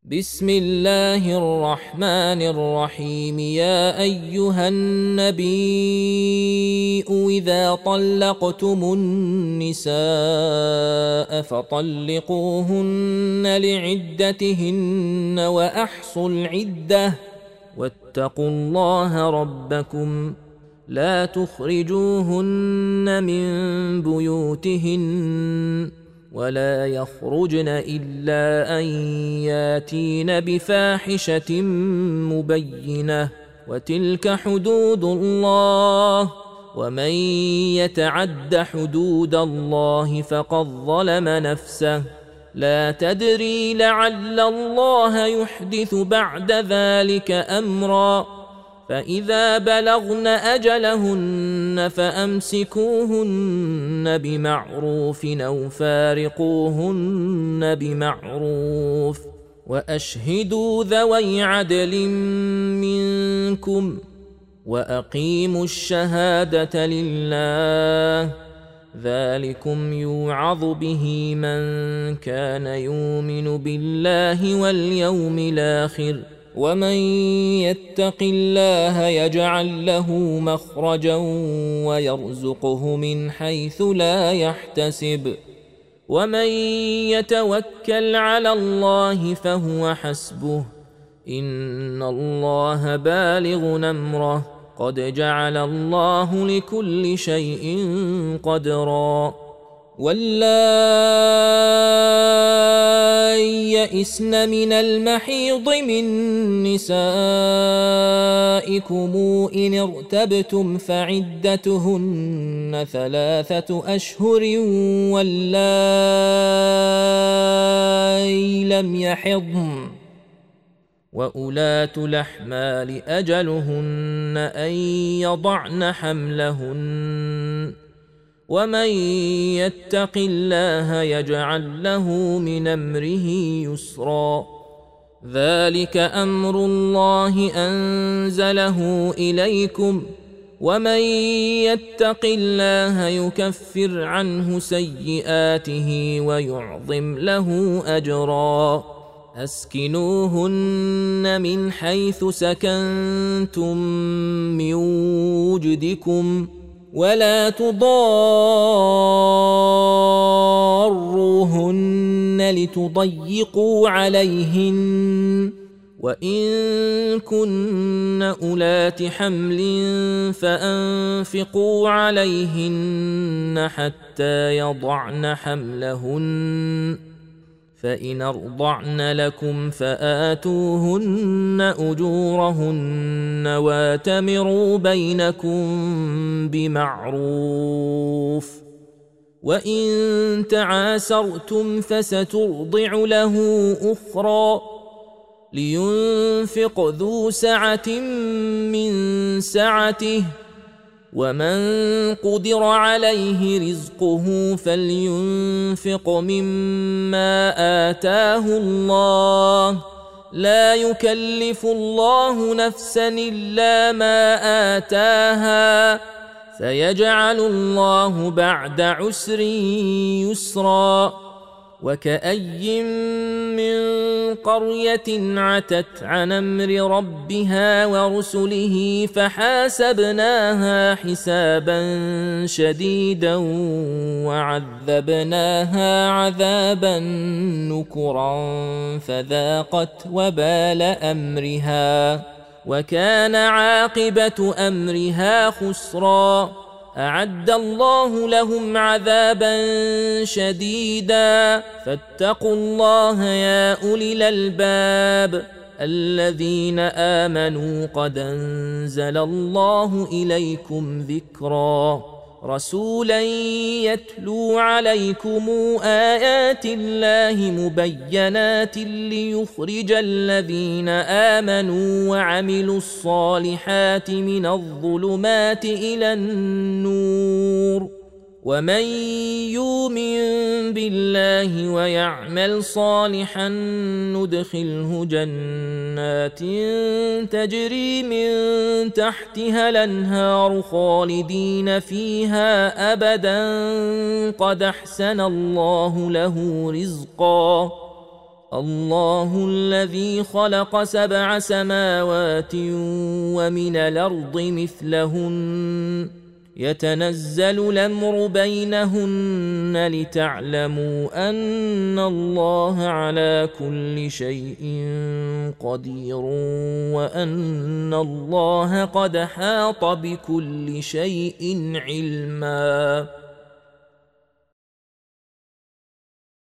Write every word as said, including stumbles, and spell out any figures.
بسم الله الرحمن الرحيم. يا أيها النبي إذا طلقتم النساء فطلقوهن لعدتهن وأحصوا العدة واتقوا الله ربكم لا تخرجوهن من بيوتهن ولا يخرجن إلا أن ياتين بفاحشة مبينة وتلك حدود الله ومن يتعد حدود الله فقد ظلم نفسه لا تدري لعل الله يحدث بعد ذلك أمرا فإذا بلغن أجلهن فأمسكوهن بمعروف أو فارقوهن بمعروف وأشهدوا ذوي عدل منكم وأقيموا الشهادة لله ذلكم يوعظ به من كان يؤمن بالله واليوم الآخر ومن يتق الله يجعل له مخرجا ويرزقه من حيث لا يحتسب ومن يتوكل على الله فهو حسبه إن الله بالغ أمره قد جعل الله لكل شيء قدرا واللائي يئسن من المحيض من نسائكم إن ارتبتم فعدتهن ثلاثة أشهر واللائي لم يحضن وأولاة الأحمال أجلهن أن يضعن حملهن ومن يتق الله يجعل له من أمره يسرا ذلك أمر الله أنزله إليكم ومن يتق الله يكفر عنه سيئاته ويعظم له أجرا أسكنوهن من حيث سكنتم من وجدكم ولا تضاروهن لتضيقوا عليهن وإن كن أولات حمل فأنفقوا عليهن حتى يضعن حملهن فإن أرضعن لكم فآتوهن أجورهن واتمروا بينكم بمعروف وإن تعاسرتم فسترضع له أخرى لينفق ذو سعة من سعته ومن قدر عليه رزقه فلينفق مما آتاه الله لا يكلف الله نفسا إلا ما آتاها سيجعل الله بعد عسر يسرا وكأي من قرية عتت عن أمر ربها ورسله فحاسبناها حسابا شديدا وعذبناها عذابا نكرا فذاقت وبال أمرها وكان عاقبة أمرها خسرا أعد الله لهم عذابا شديدا فاتقوا الله يا أولي الألباب الذين آمنوا قد أنزل الله إليكم ذكرا رسولا يتلو عليكم آيات الله مبينات ليخرج الذين آمنوا وعملوا الصالحات من الظلمات إلى النور ومن يؤمن بالله ويعمل صالحا ندخله جنات تجري من تحتها الأنهار خالدين فيها أبدا قد أحسن الله له رزقا الله الذي خلق سبع سماوات ومن الأرض مثلهن يتنزل الأمر بينهن لتعلموا أن الله على كل شيء قدير وأن الله قد حاط بكل شيء علما.